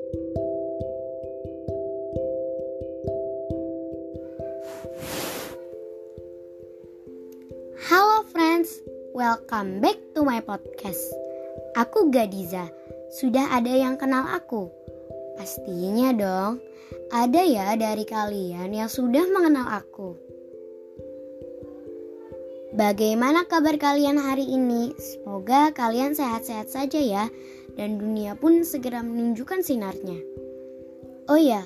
Halo friends, welcome back to my podcast. Aku Gadiza. Sudah ada yang kenal aku? Pastinya dong. Ada ya dari kalian yang sudah mengenal aku. Bagaimana kabar kalian hari ini? Semoga kalian sehat-sehat saja ya, dan dunia pun segera menunjukkan sinarnya. Oh ya,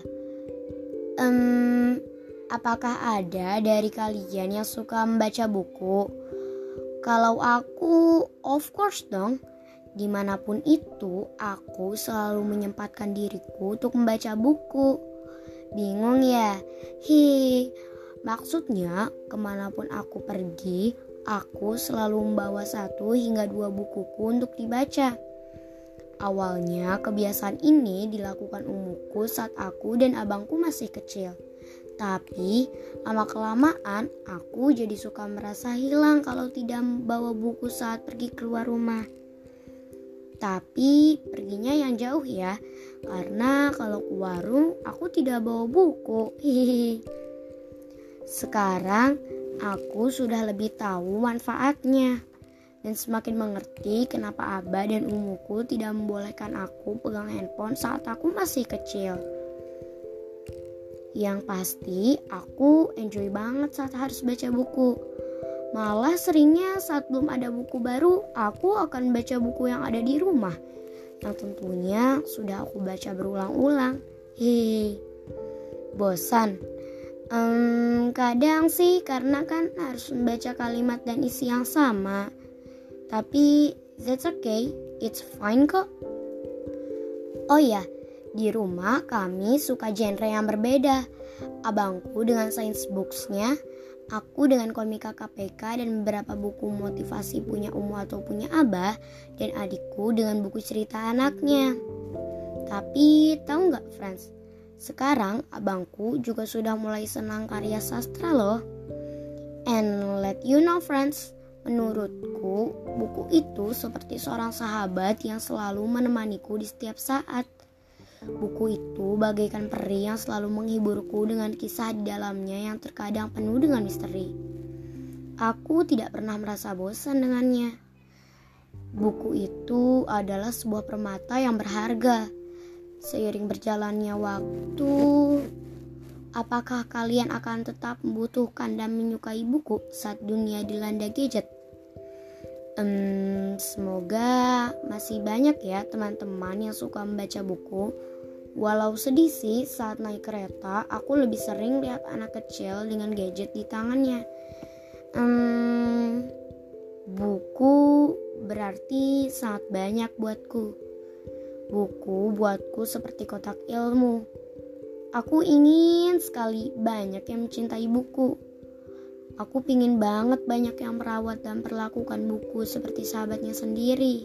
apakah ada dari kalian yang suka membaca buku? Kalau aku, of course dong. Dimanapun itu, aku selalu menyempatkan diriku untuk membaca buku. Bingung ya? Maksudnya, kemanapun aku pergi, aku selalu membawa 1 hingga 2 bukuku untuk dibaca. Awalnya, kebiasaan ini dilakukan umuku saat aku dan abangku masih kecil. Tapi, lama-kelamaan aku jadi suka merasa hilang kalau tidak membawa buku saat pergi keluar rumah. Tapi, perginya yang jauh ya, karena kalau ke warung aku tidak bawa buku. Sekarang aku sudah lebih tahu manfaatnya dan semakin mengerti kenapa abah dan umuku tidak membolehkan aku pegang handphone saat aku masih kecil. Yang pasti aku enjoy banget saat harus baca buku. Malah seringnya saat belum ada buku baru, aku akan baca buku yang ada di rumah, yang tentunya sudah aku baca berulang-ulang. Bosan? Kadang sih karena kan harus membaca kalimat dan isi yang sama. Tapi that's okay, it's fine kok. Oh ya, di rumah kami suka genre yang berbeda. Abangku dengan science books-nya, aku dengan komika KPK dan beberapa buku motivasi punya Umu atau punya Abah, dan adikku dengan buku cerita anaknya. Tapi tahu nggak friends? Sekarang abangku juga sudah mulai senang karya sastra loh. And let you know friends, menurutku buku itu seperti seorang sahabat yang selalu menemaniku di setiap saat. Buku itu bagaikan peri yang selalu menghiburku dengan kisah di dalamnya yang terkadang penuh dengan misteri. Aku tidak pernah merasa bosan dengannya. Buku itu adalah sebuah permata yang berharga. Seiring berjalannya waktu, apakah kalian akan tetap membutuhkan dan menyukai buku saat dunia dilanda gadget? Semoga masih banyak ya teman-teman yang suka membaca buku. Walau sedih sih saat naik kereta, aku lebih sering lihat anak kecil dengan gadget di tangannya. Buku berarti sangat banyak buatku. Buku buatku seperti kotak ilmu. Aku ingin sekali banyak yang mencintai buku. Aku pingin banget banyak yang merawat dan perlakukan buku seperti sahabatnya sendiri.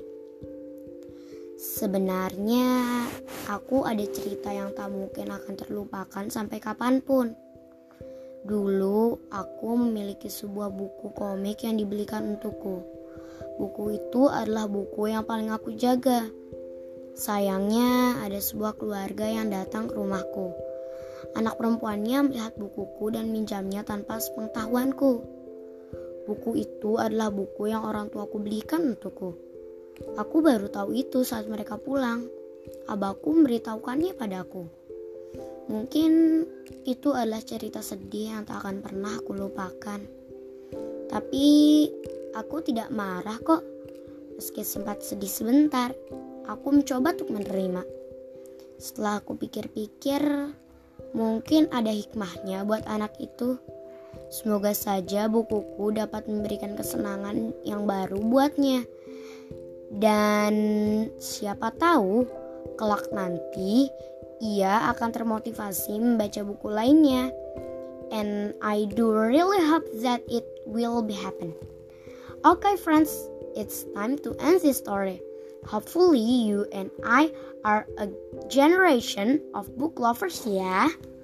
Sebenarnya aku ada cerita yang tak mungkin akan terlupakan sampai kapanpun. Dulu aku memiliki sebuah buku komik yang dibelikan untukku. Buku itu adalah buku yang paling aku jaga. Sayangnya ada sebuah keluarga yang datang ke rumahku. Anak perempuannya melihat bukuku dan minjamnya tanpa sepengetahuanku. Buku itu adalah buku yang orang tuaku belikan untukku. Aku baru tahu itu saat mereka pulang. Abahku memberitahukannya padaku. Mungkin itu adalah cerita sedih yang tak akan pernah aku lupakan. Tapi aku tidak marah kok. Meski sempat sedih sebentar, aku mencoba untuk menerima. Setelah aku pikir-pikir, mungkin ada hikmahnya buat anak itu. Semoga saja bukuku dapat memberikan kesenangan yang baru buatnya. Dan siapa tahu, kelak nanti ia akan termotivasi membaca buku lainnya. And I do really hope that it will be happen. Okay friends, it's time to end this story. Hopefully you and I are a generation of book lovers ya.